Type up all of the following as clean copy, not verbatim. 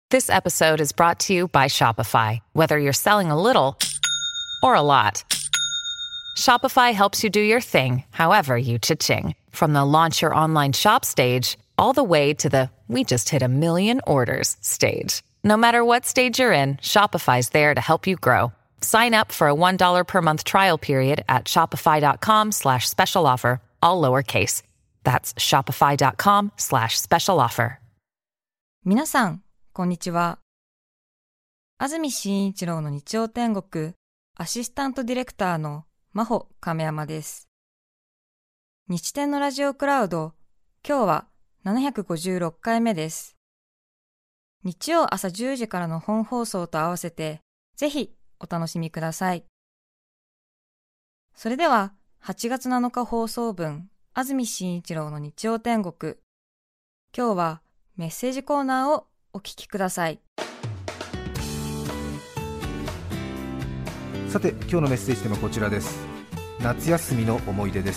This episode is brought to you by Shopify. Whether you're selling a little or a lot, Shopify helps you do your thing, however you cha-ching. From the launch your online shop stage, all the way to the we just hit 1 million orders stage. No matter what stage you're in, Shopify's there to help you grow. Sign up for a $1 per month trial period at shopify.com/special offer, all lowercase. That's shopify.com/special offer. 皆さん、こんにちは。安住紳一郎の日曜天国、アシスタントディレクターの真帆亀山です。日天のラジオクラウド、今日は756回目です。日曜朝10時からの本放送と合わせて、ぜひお楽しみください。それでは、8月7日放送分、安住紳一郎の日曜天国。今日はメッセージコーナーをお聞きください。 さて、今日のメッセージテーマはこちらです。夏休みの思い出です。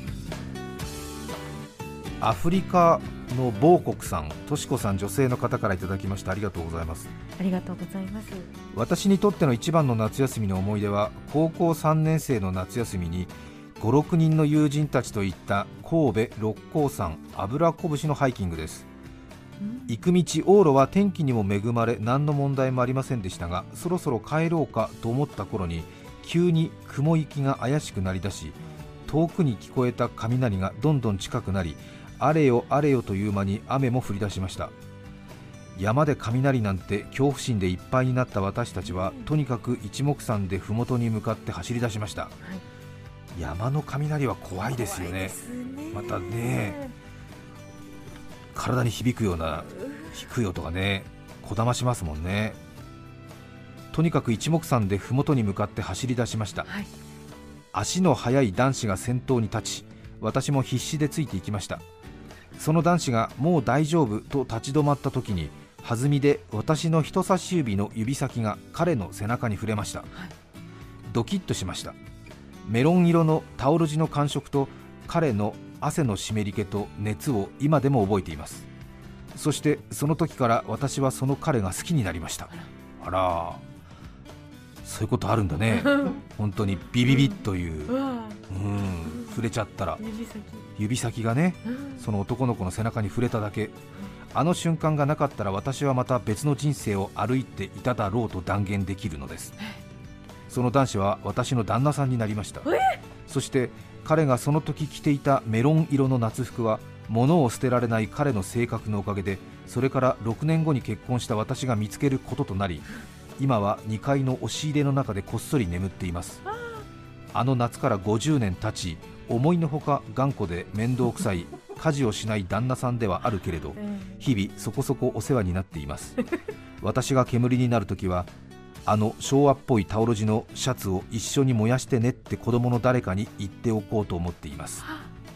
アフリカの某国さん、としこさん、女性の方からいただきました。ありがとうございます。 ありがとうございます。 私にとっての一番の夏休みの思い出は、高校3年生の夏休みに5、6人の友人たちと行った神戸六甲山油拳のハイキングです。行く道、往路は天気にも恵まれ何の問題もありませんでしたが、そろそろ帰ろうかと思った頃に急に雲行きが怪しくなりだし、遠くに聞こえた雷がどんどん近くなり、あれよあれよという間に雨も降り出しました。山で雷なんて恐怖心でいっぱいになった私たちは、とにかく一目散で麓に向かって走り出しました。山の雷は怖いですよね。またね、体に響くような低い音がね、こだましますもんね。とにかく一目散で麓に向かって走り出しました。足の速い男子が先頭に立ち、私も必死でついていきました。その男子がもう大丈夫と立ち止まった時に、弾みで私の人差し指の指先が彼の背中に触れました。ドキッとしました。メロン色のタオル地の感触と彼の汗の湿り気と熱を今でも覚えています。そしてその時から私はその彼が好きになりました。あら、そういうことあるんだね。本当にビビビッという、触れちゃったら指先がね、その男の子の背中に触れただけ。あの瞬間がなかったら私はまた別の人生を歩いていただろうと断言できるのです。その男子は私の旦那さんになりました。そして彼がその時着ていたメロン色の夏服は、物を捨てられない彼の性格のおかげで、それから6年後に結婚した私が見つけることとなり、今は2階の押し入れの中でこっそり眠っています。あの夏から50年経ち、思いのほか頑固で面倒くさい家事をしない旦那さんではあるけれど、日々そこそこお世話になっています。私が煙になるときは、あの昭和っぽいタオル地のシャツを一緒に燃やしてねって子供の誰かに言っておこうと思っています。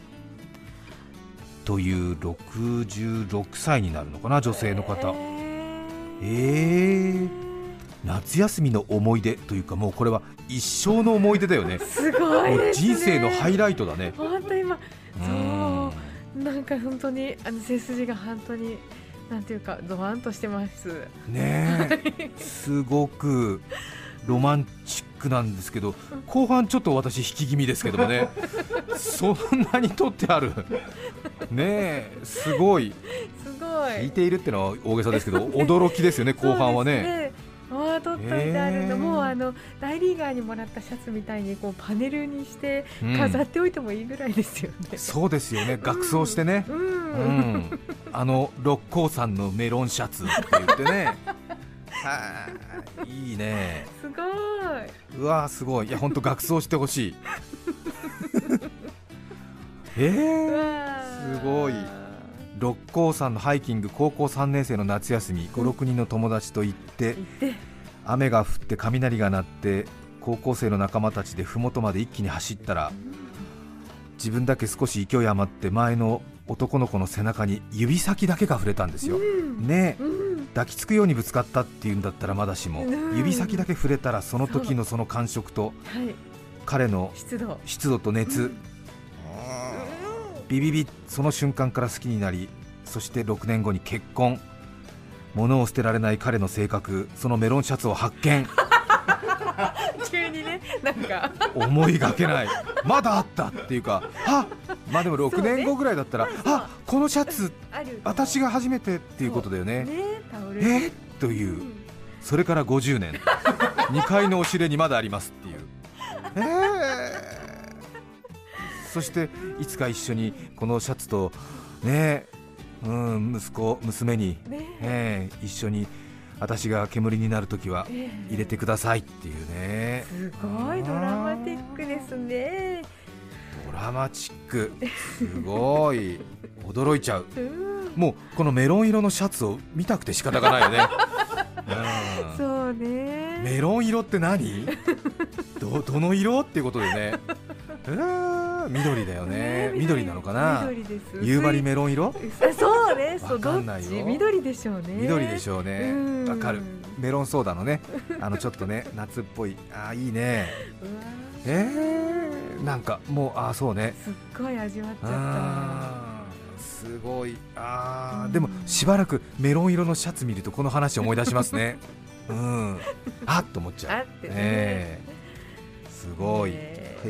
という66歳になるのかな、女性の方。夏休みの思い出というか、もうこれは一生の思い出だよね。 すごいですね。 人生のハイライトだね。 本当今、そうなんか本当に背筋が本当になんていうかドワンとしてますね。すごくロマンチックなんですけど、後半ちょっと私引き気味ですけどもね。そんなに撮ってあるね。すごい聞いているってのは大げさですけど、驚きですよね。後半はね。 撮っといてあるのも、大リーガーにもらったシャツみたいにこうパネルにして飾っておいてもいいぐらいですよね。 そうですよね。学装してね、六甲山のメロンシャツって言ってね。いいね。 すごい。 うわー、すごい。いや本当学装してほしい。すごい。六甲山のハイキング、高校3年生の夏休み、5、6人の友達と行って、雨が降って雷が鳴って、高校生の仲間たちで麓まで一気に走ったら、自分だけ少し勢い余って前の男の子の背中に指先だけが触れたんですよ、ね。抱きつくようにぶつかったっていうんだったらまだしも、指先だけ触れたら、その時のその感触と、彼の湿度と熱、ビビビ、その瞬間から好きになり、そして6年後に結婚。 物を捨てられない彼の性格、そのメロンシャツを発見急にね、なんか思いがけない、まだあったっていうか、まあでも6年後ぐらいだったら、このシャツ私が初めてっていうことだよね。 タオルという、それから50年2階の押し入れにまだありますっていうそしていつか一緒にこのシャツとね、息子娘に、一緒に私が煙になるときは入れてくださいっていうね、 すごいドラマティックですね。 ドラマチック、すごい驚いちゃうもうこのメロン色のシャツを見たくて仕方がないよねそうね、 メロン色って何どの色っていうことでね緑だよね、緑なのかな、 緑です。 夕張メロン色、 そうね、 わかんないよ、 どっち、緑でしょうね。 緑でしょうね、わかる、メロンソーダのね、ちょっとね夏っぽい、いいね、なんかもうそうね、 すっごい味わっちゃった、すごい、でもしばらくメロン色のシャツ見るとこの話思い出しますねっと思っちゃう、すごい、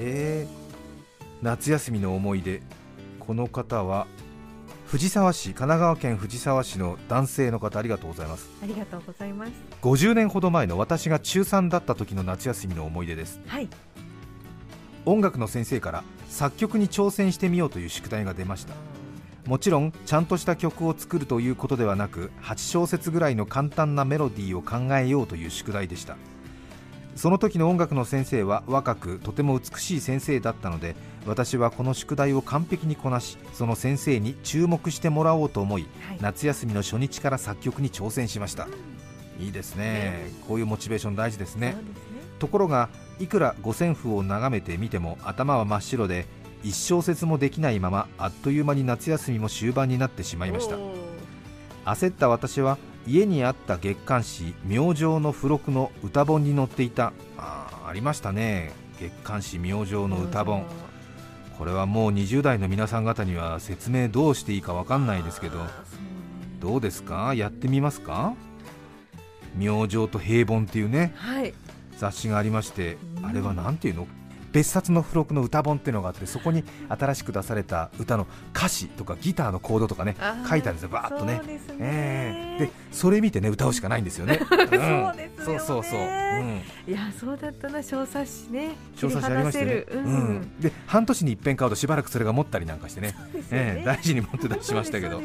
夏休みの思い出、この方は藤沢市、神奈川県藤沢市の男性の方、ありがとうございます。 ありがとうございます。 50年ほど前の私が中3だった時の夏休みの思い出です。音楽の先生から作曲に挑戦してみようという宿題が出ました。もちろんちゃんとした曲を作るということではなく、8小節ぐらいの簡単なメロディーを考えようという宿題でした。その時の音楽の先生は若くとても美しい先生だったので、私はこの宿題を完璧にこなし、その先生に注目してもらおうと思い、夏休みの初日から作曲に挑戦しました。いいですね、こういうモチベーション大事ですね。ところがいくら五線譜を眺めてみても頭は真っ白で、一小節もできないままあっという間に夏休みも終盤になってしまいました。焦った私は家にあった月刊誌明星の付録の歌本に載っていた、ありましたね、月刊誌明星の歌本。これはもう20代の皆さん方には説明どうしていいか分かんないですけど、どうですか、やってみますか。明星と平凡っていうね、雑誌がありまして、あれはなんていうの、別冊の付録の歌本っていうのがあって、そこに新しく出された歌の歌詞とかギターのコードとかね書いてあるんですよ、バーッとね。でそれ見てね歌うしかないんですよねそうですよね。 そう、 いやそうだったな、小冊子ね、 小冊子ありましたね、で半年に一遍買うとしばらくそれが持ったりなんかしてね、大事に持ってたりしましたけど、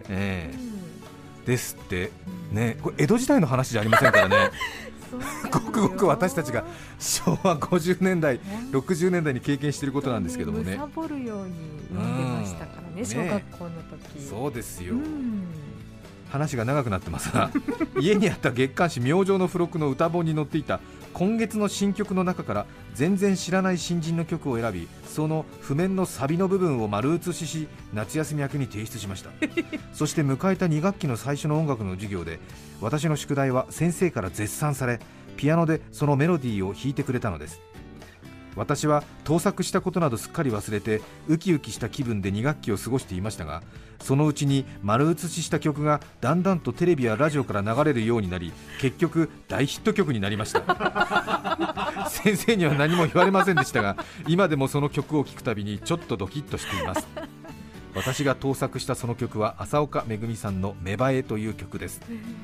ですってね、これ江戸時代の話じゃありませんからねごくごく私たちが昭和50年代60年代に経験していることなんですけどもね、 貪るように読んでましたからね、小学校の時。 そうですよ、話が長くなってますが家にあった月刊誌明星の付録の歌本に載っていた今月の新曲の中から全然知らない新人の曲を選び、その譜面のサビの部分を丸写しし夏休み明けに提出しましたそして迎えた2学期の最初の音楽の授業で、私の宿題は先生から絶賛され、ピアノでそのメロディーを弾いてくれたのです。私は盗作したことなどすっかり忘れてウキウキした気分で2学期を過ごしていましたが、そのうちに丸写しした曲がだんだんとテレビやラジオから流れるようになり、結局大ヒット曲になりました先生には何も言われませんでしたが、今でもその曲を聴くたびにちょっとドキッとしています。私が盗作したその曲は浅岡めぐみさんの芽生えという曲です。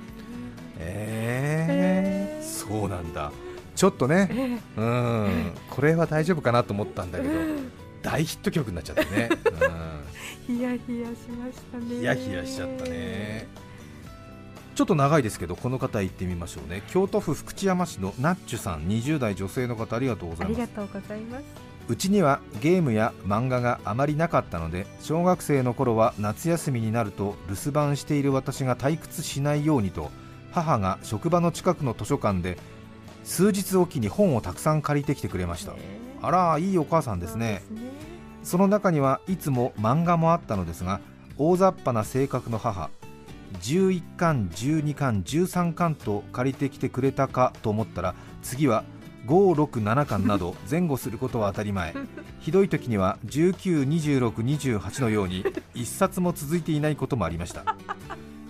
そうなんだ、ちょっとね、これは大丈夫かなと思ったんだけど、大ヒット曲になっちゃってね、 ヒヤヒヤしましたね。 ヒヤヒヤしちゃったね。ちょっと長いですけどこの方行ってみましょうね。京都府福知山市のナッチュさん、20代女性の方、ありがとうございます。 ありがとうございます。 うちにはゲームや漫画があまりなかったので、小学生の頃は夏休みになると留守番している私が退屈しないようにと、母が職場の近くの図書館で数日おきに本をたくさん借りてきてくれました。あら、いいお母さんですね。その中にはいつも漫画もあったのですが、大雑把な性格の母、11巻12巻13巻と借りてきてくれたかと思ったら、次は5、6、7巻など前後することは当たり前ひどい時には19、26、28のように1冊も続いていないこともありました。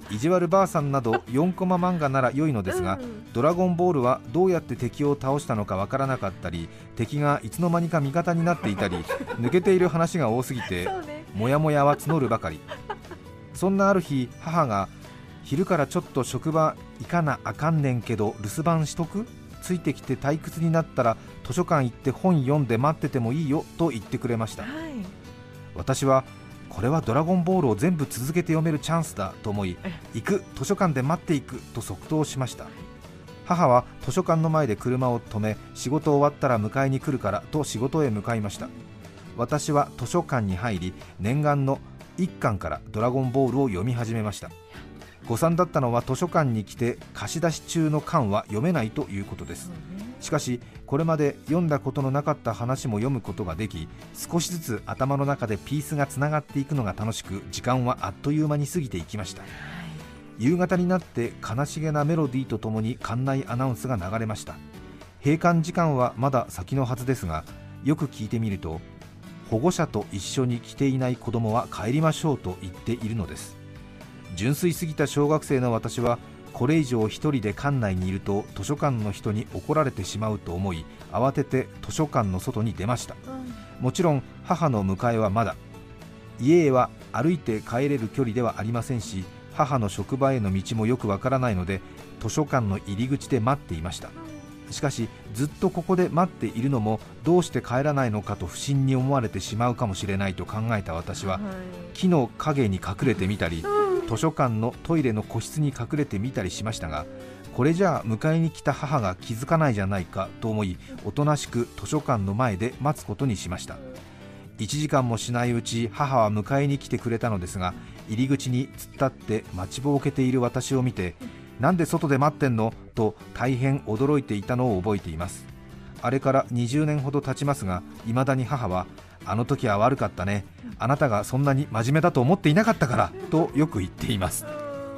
意地悪ばあさんなど4コマ漫画なら良いのですが、ドラゴンボールはどうやって敵を倒したのかわからなかったり、敵がいつの間にか味方になっていたり、抜けている話が多すぎてモヤモヤは募るばかり。そんなある日、母が昼からちょっと職場行かなあかんねんけど留守番しとく？ついてきて退屈になったら図書館行って本読んで待っててもいいよと言ってくれました。私はこれはドラゴンボールを全部続けて読めるチャンスだと思い、行く、図書館で待っていくと即答しました。母は図書館の前で車を止め、仕事終わったら迎えに来るからと仕事へ向かいました。私は図書館に入り、念願の1巻からドラゴンボールを読み始めました。誤算だったのは図書館に来て貸し出し中の巻は読めないということです。しかしこれまで読んだことのなかった話も読むことができ、少しずつ頭の中でピースがつながっていくのが楽しく、時間はあっという間に過ぎていきました。夕方になって悲しげなメロディーとともに館内アナウンスが流れました。閉館時間はまだ先のはずですが、よく聞いてみると、保護者と一緒に来ていない子供は帰りましょうと言っているのです。純粋すぎた小学生の私は、これ以上一人で館内にいると図書館の人に怒られてしまうと思い、慌てて図書館の外に出ました。もちろん母の迎えはまだ、家へは歩いて帰れる距離ではありませんし、母の職場への道もよくわからないので、図書館の入り口で待っていました。しかしずっとここで待っているのも、どうして帰らないのかと不審に思われてしまうかもしれないと考えた私は、木の陰に隠れてみたり、図書館のトイレの個室に隠れてみたりしましたが、これじゃあ迎えに来た母が気づかないじゃないかと思い、おとなしく図書館の前で待つことにしました。1時間もしないうち、母は迎えに来てくれたのですが、入り口に突っ立って待ちぼうけている私を見て、なんで外で待ってんのと大変驚いていたのを覚えています。あれから20年ほど経ちますが、未だに母は、あの時は悪かったね、あなたがそんなに真面目だと思っていなかったからとよく言っています。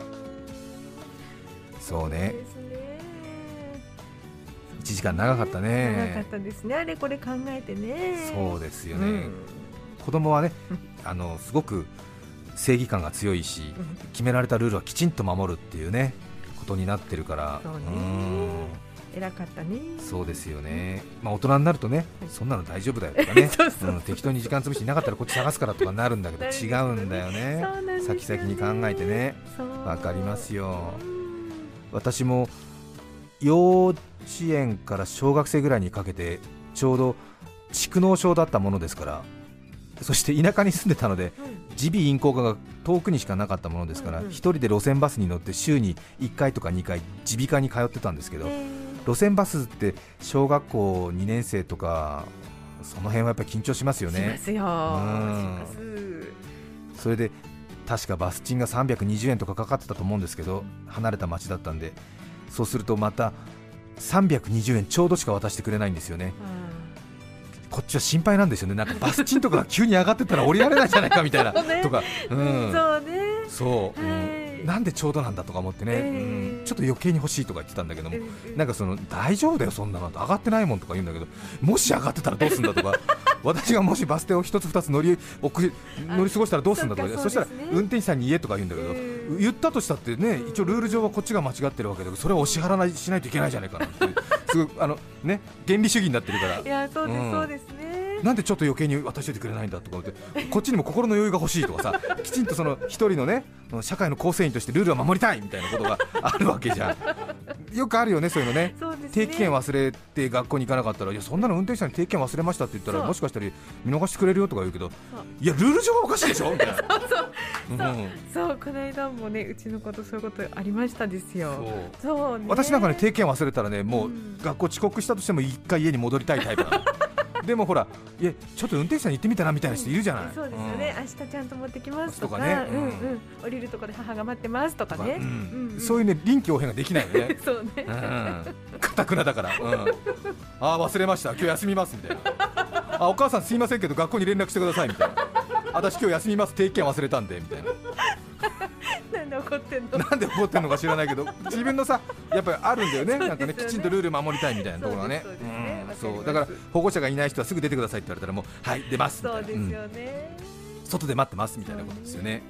そうね、1時間長かったね。 長かったですね、あれこれ考えてね。 そうですよね、子供はね、すごく正義感が強いし、決められたルールはきちんと守るっていうねことになってるから、 そうね、偉かったね。 そうですよね、大人になるとね、そんなの大丈夫だよとかね適当に時間潰していなかったらこっち探すからとかなるんだけど、違うんだよね。先々に考えてね、わかりますよ。私も幼稚園から小学生ぐらいにかけてちょうど蓄膿症だったものですから、そして田舎に住んでたので、耳鼻咽喉科が遠くにしかなかったものですから、一人で路線バスに乗って週に1回とか2回耳鼻科に通ってたんですけど、路線バスって小学校2年生とかその辺はやっぱり緊張しますよね。 しますよ、します。 それで確かバス賃が320円とかかかってたと思うんですけど、離れた町だったんで、そうするとまた320円ちょうどしか渡してくれないんですよね。こっちは心配なんですよね、なんかバス賃とかが急に上がってたら降りられないじゃないかみたいなとか、 そうね、 そう、なんでちょうどなんだとか思ってね、ちょっと余計に欲しいとか言ってたんだけども、なんか大丈夫だよそんなの上がってないもんとか言うんだけど、もし上がってたらどうすんだとか私がもしバス停を1つ2つ乗り過ごしたらどうすんだとか、そしたら運転手さんに言えとか言うんだけど、言ったとしたってね、一応ルール上はこっちが間違ってるわけだけど、それはお支払いしないといけないじゃないかなってすごい原理主義になってるから、 いやそうです、そうですね。 なんでちょっと余計に渡しておいてくれないんだとか思って、こっちにも心の余裕が欲しいとかさ、きちんと一人のね社会の構成員としてルールは守りたいみたいなことがあるわけじゃん。よくあるよね、そういうのね。定期券忘れて学校に行かなかったら、いやそんなの運転手さんに定期券忘れましたって言ったら、もしかしたら見逃してくれるよとか言うけど、いやルール上はおかしいでしょみたいな。 そう、この間もね、うちのことそういうことありましたですよ。そうね、 私なんかね、定期券忘れたらね、もう学校遅刻したとしても1回家に戻りたいタイプなの。でもほら、いやちょっと運転手さんに行ってみたらみたいな人いるじゃない。 そうですよね、明日ちゃんと持ってきますとかね、降りるところで母が待ってますとかね、 そういうね臨機応変ができないよね。 そうね、 かたくなだから、あ忘れました、今日休みますみたいな、お母さんすいませんけど学校に連絡してくださいみたいな、私今日休みます、定期券忘れたんでみたいな。 なんで怒ってんの？ なんで怒ってんのか知らないけど、自分のさやっぱりあるんだよね、なんかね、きちんとルール守りたいみたいなところがね。そうだから保護者がいない人はすぐ出てくださいって言われたら、もうはい出ますみたいな、 そうですよね、 外で待ってますみたいなことですよね。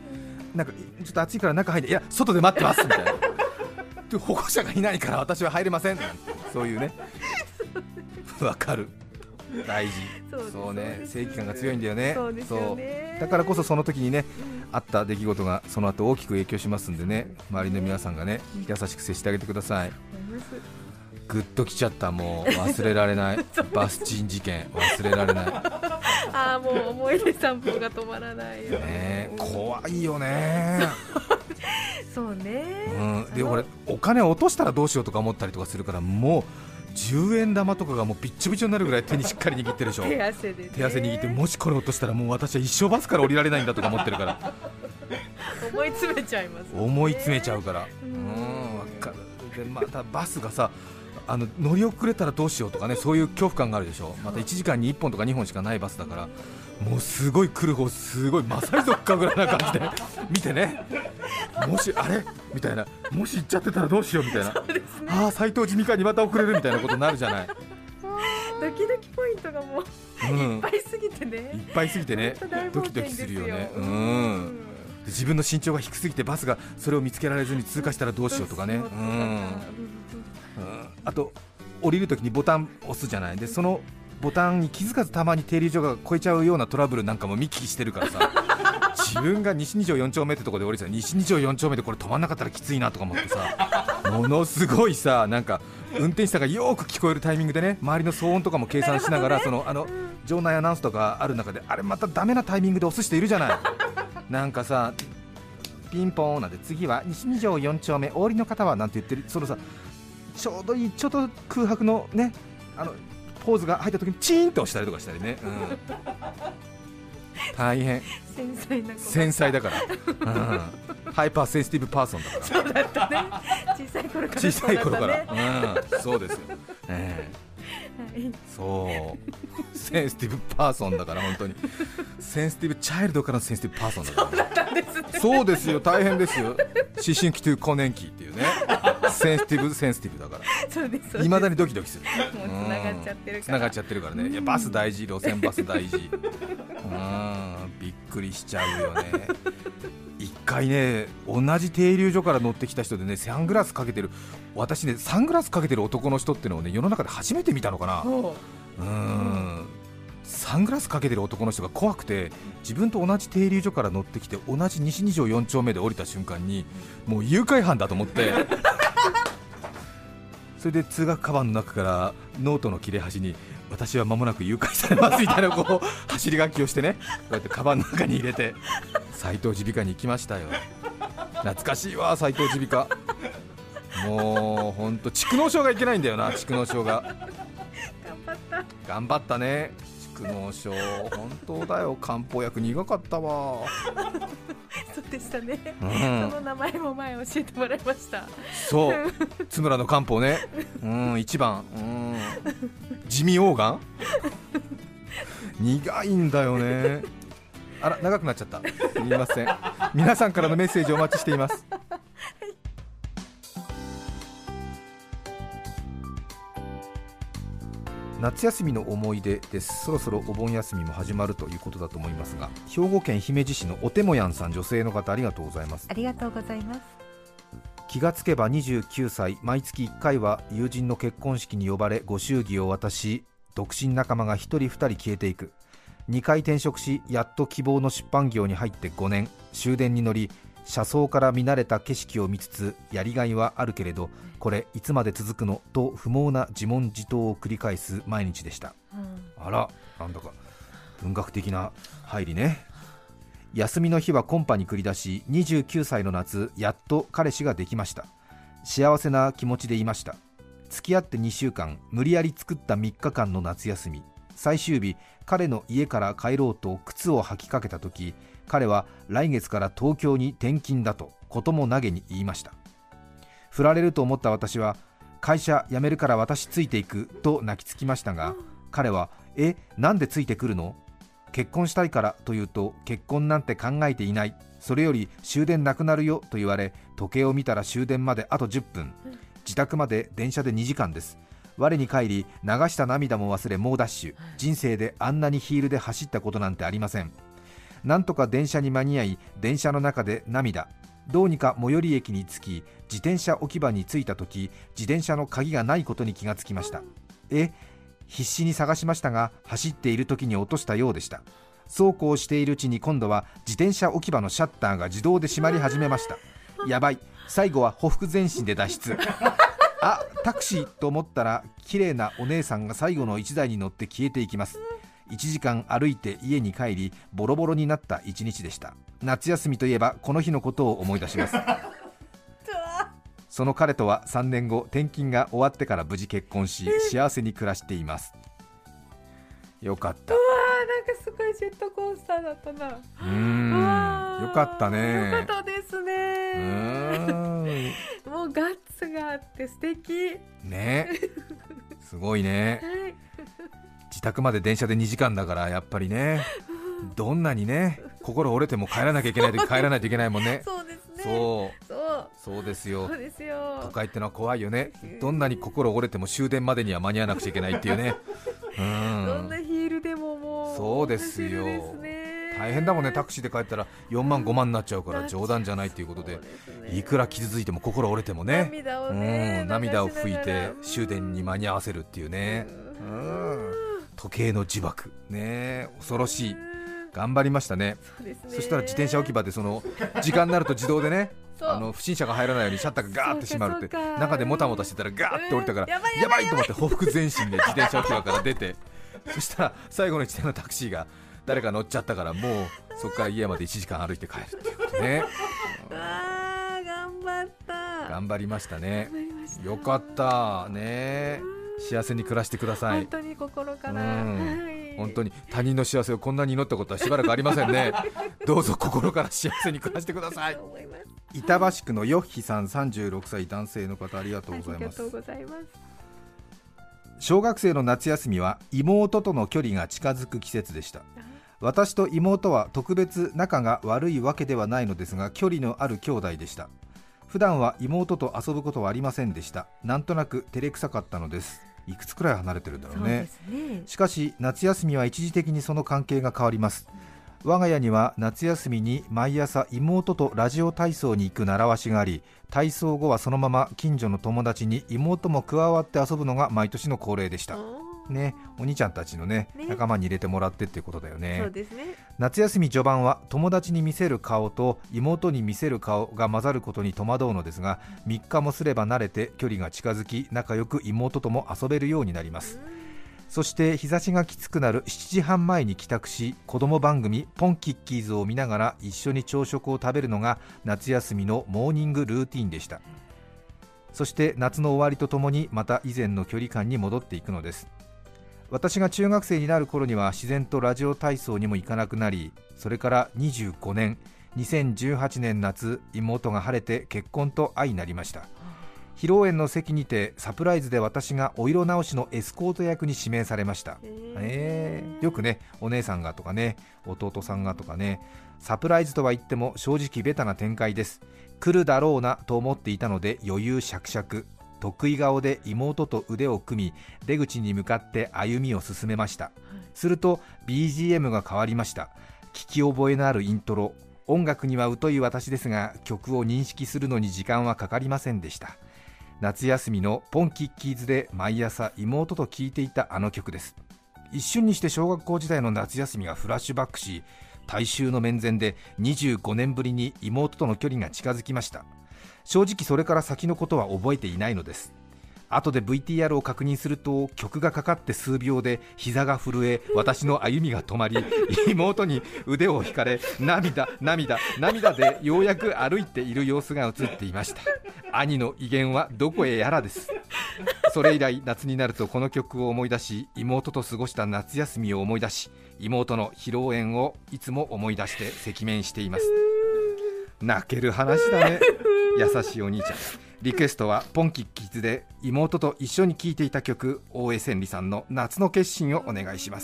なんかちょっと暑いから中入って、いや外で待ってますみたいなで保護者がいないから私は入れませんなんて、そういうねわかる、大事。そうね、正義感が強いんだよね。 そうですよね。 だからこそその時にね、あった出来事がその後大きく影響しますんでね、周りの皆さんがね優しく接してあげてください。グッときちゃった、もう忘れられないバスチン事件忘れられないああ、もう思い出散歩が止まらないよね。怖いよねそうね、 で俺お金落としたらどうしようとか思ったりとかするから、もう10円玉とかがもうビッチョビチョになるぐらい手にしっかり握ってるでしょ。 手汗で、ね、 手汗握って、もしこれ落としたらもう私は一生バスから降りられないんだとか思ってるから思い詰めちゃいます、ね、 思い詰めちゃうから、わかる。でまたバスがさ、乗り遅れたらどうしようとかね、そういう恐怖感があるでしょ。また1時間に1本とか2本しかないバスだから、もうすごい来る方すごいマサイ族かぐらいな感じで見てね、もしあれみたいな、もし行っちゃってたらどうしようみたいな、 そうですね、 ああ斉藤事務官にまた遅れるみたいなことになるじゃない。 ドキドキポイントがもう、いっぱいすぎてね、 いっぱいすぎてね、ドキドキするよね。自分の身長が低すぎてバスがそれを見つけられずに通過したらどうしようとかね。あと降りるときにボタン押すじゃない。でそのボタンに気づかずたまに停留所が超えちゃうようなトラブルなんかも見聞きしてるからさ自分が西2条4丁目ってとこで降りてたら、西2条4丁目でこれ止まんなかったらきついなとか思ってさものすごいさ、なんか運転手さんがよく聞こえるタイミングでね、周りの騒音とかも計算しながら、その場内アナウンスとかある中で、あれまたダメなタイミングで押す人いるじゃないなんかさ、ピンポーンなんて、次は西2条4丁目お降りの方はなんて言ってる、そのさちょうどいいちょっと空白のね、ポーズが入った時にチーンと押したりとかしたりね、大変繊細だから、ハイパーセンシティブパーソンだから。 そうだったね、小さい頃から、 そうですよ、そうセンシティブパーソンだから、本当にセンシティブチャイルドからのセンシティブパーソンだから、 そうだったんですね。 そうですよ、大変ですよ、思春期という更年期っていうね、センシティブだから、 そうです、 未だにドキドキする。 もうつながっちゃってるから、 つながっちゃってるからね。いやバス大事、路線バス大事びっくりしちゃうよね。一回ね、同じ停留所から乗ってきた人でね、サングラスかけてる、私ね、サングラスかけてる男の人ってのをね、世の中で初めて見たのかな。サングラスかけてる男の人が怖くて、自分と同じ停留所から乗ってきて、同じ西2条4丁目で降りた瞬間にもう誘拐犯だと思ってそれで通学カバンの中からノートの切れ端に、私は間もなく誘拐されますみたいなこう走り書きをしてね、こうやってカバンの中に入れて斉藤耳鼻科に行きましたよ。懐かしいわ、斉藤耳鼻科。もうほんと蓄膿症がいけないんだよな、蓄膿症が。頑張ったね、蓄膿症本当だよ、漢方薬苦かったわそうでしたね、その名前も前教えてもらいました。 そう津村の漢方ね、1番、地味オーガン苦いんだよね。あら長くなっちゃった、すみません。皆さんからのメッセージお待ちしています。夏休みの思い出です。そろそろお盆休みも始まるということだと思いますが、兵庫県姫路市のおてもやんさん、女性の方、ありがとうございます。 ありがとうございます。 気がつけば29歳、毎月1回は友人の結婚式に呼ばれご祝儀を渡し、独身仲間が1人2人消えていく。2回転職し、やっと希望の出版業に入って5年、終電に乗り、車窓から見慣れた景色を見つつ、やりがいはあるけれどこれいつまで続くのと不毛な自問自答を繰り返す毎日でした。あら、なんだか文学的な入りね。休みの日はコンパに繰り出し、29歳の夏、やっと彼氏ができました。幸せな気持ちでいました。付き合って2週間、無理やり作った3日間の夏休み、最終日、彼の家から帰ろうと靴を履きかけた時、彼は来月から東京に転勤だとことも投げに言いました。振られると思った私は、会社辞めるから私ついていくと泣きつきましたが、彼はなんでついてくるの、結婚したいからと言うと、結婚なんて考えていない、それより終電なくなるよと言われ、時計を見たら終電まであと10分、自宅まで電車で2時間です。我に返り、流した涙も忘れ猛ダッシュ。人生であんなにヒールで走ったことなんてありません。 なんとか電車に間に合い、電車の中で涙。どうにか最寄り駅に着き、自転車置き場に着いた時、自転車の鍵がないことに気がつきました。必死に探しましたが、走っている時に落としたようでした。そうこうしているうちに今度は自転車置き場のシャッターが自動で閉まり始めました。やばい、最後はほふ前進で脱出。あ、タクシーと思ったら綺麗なお姉さんが最後の1台に乗って消えていきます。1時間歩いて家に帰り、ボロボロになった1日でした。夏休みといえばこの日のことを思い出します。その彼とは3年後、転勤が終わってから無事結婚し、幸せに暮らしています。よかった。 なんかすごいジェットコースターだったな。 よかったね。 よかったですね。もうガッツがあって素敵ね。すごいね。 はい、 自宅まで電車で2時間だから、やっぱりね、どんなにね心折れても帰らなきゃいけないとき帰らないといけないもんね。 そうですね。 そうですよ。 そうですよ。 都会ってのは怖いよね。どんなに心折れても終電までには間に合わなくちゃいけないっていうね。 どんなヒールでももうそうですよ。大変だもんね。タクシーで帰ったら4万5万になっちゃうから、冗談じゃないということで、いくら傷ついても心折れてもね、涙を拭いて終電に間に合わせるっていうね。時計の呪縛ね、恐ろしい。頑張りましたね。そしたら自転車置き場でその時間になると自動でね不審者が入らないようにシャッターがガーって閉まるって、中でもたもたしてたらガーって降りたから、やばいと思って報復前進で自転車置き場から出て、そしたら最後の一台のタクシーが誰か乗っちゃったから、もうそこから家まで1時間歩いて帰るっていうことね。 頑張った。 頑張りましたね。よかったね。幸せに暮らしてください。 本当に心から、 本当に他人の幸せをこんなに祈ったことはしばらくありませんね。どうぞ心から幸せに暮らしてください。板橋区のよっひさん、36歳男性の方、ありがとうございます。小学生の夏休みは妹との距離が近づく季節でした。私と妹は特別仲が悪いわけではないのですが、距離のある兄弟でした。普段は妹と遊ぶことはありませんでした。なんとなく照れくさかったのです。いくつくらい離れてるんだろうね。しかし夏休みは一時的にその関係が変わります。我が家には夏休みに毎朝妹とラジオ体操に行く習わしがあり、体操後はそのまま近所の友達に妹も加わって遊ぶのが毎年の恒例でしたね。お兄ちゃんたちのね、仲間に入れてもらってっていうことだよね。 そうですね。 夏休み序盤は友達に見せる顔と妹に見せる顔が混ざることに戸惑うのですが、3日もすれば慣れて距離が近づき、仲良く妹とも遊べるようになります。そして日差しがきつくなる7時半前に帰宅し、子供番組ポンキッキーズを見ながら一緒に朝食を食べるのが夏休みのモーニングルーティンでした。そして夏の終わりとともにまた以前の距離感に戻っていくのです。私が中学生になる頃には自然とラジオ体操にも行かなくなり、それから25年、2018年夏、妹が晴れて結婚と相なりました。披露宴の席にてサプライズで私がお色直しのエスコート役に指名されました。よくね、お姉さんがとかね、弟さんがとかね、サプライズとは言っても正直ベタな展開です。来るだろうなと思っていたので余裕しゃくしゃく、得意顔で妹と腕を組み、出口に向かって歩みを進めました。すると BGM が変わりました。聞き覚えのあるイントロ。音楽には疎い私ですが、曲を認識するのに時間はかかりませんでした。夏休みのポンキッキーズで毎朝妹と聴いていたあの曲です。一瞬にして小学校時代の夏休みがフラッシュバックし、大衆の面前で25年ぶりに妹との距離が近づきました。正直それから先のことは覚えていないのです。後で VTR を確認すると、曲がかかって数秒で膝が震え、私の歩みが止まり、妹に腕を引かれ、涙でようやく歩いている様子が映っていました。兄の威厳はどこへやらです。それ以来夏になるとこの曲を思い出し、妹と過ごした夏休みを思い出し、妹の披露宴をいつも思い出して赤面しています。泣ける話だね。優しいお兄ちゃん。リクエストはポンキッキーズで妹と一緒に聴いていた曲、大江千里さんの夏の決心をお願いします。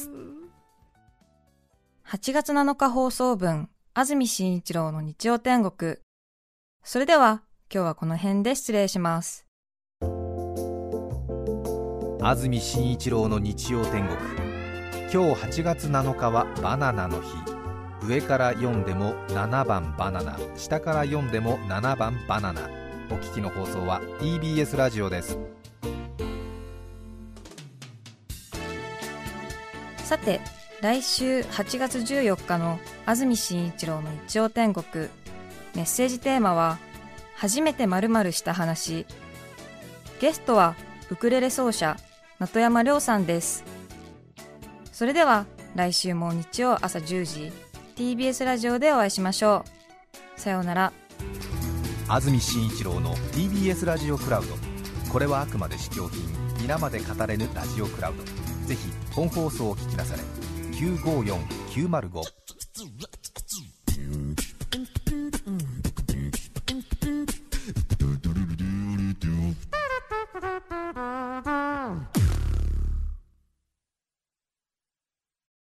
8月7日放送分、安住紳一郎の日曜天国。それでは今日はこの辺で失礼します。 安住紳一郎の日曜天国。今日8月7日はバナナの日。 上から読んでも7番バナナ、下から読んでも7番バナナ。お聞きの放送は TBS ラジオです。 さて、来週8月14日の安住紳一郎の日曜天国、メッセージテーマは初めて〇〇した話。ゲストはウクレレ奏者的山亮さんです。それでは来週も日曜朝10時 TBS ラジオでお会いしましょう。さようなら。 安住紳一郎の TBS ラジオクラウド。これはあくまで試供品、皆まで語れぬラジオクラウド。ぜひ本放送を聞きなされ。954905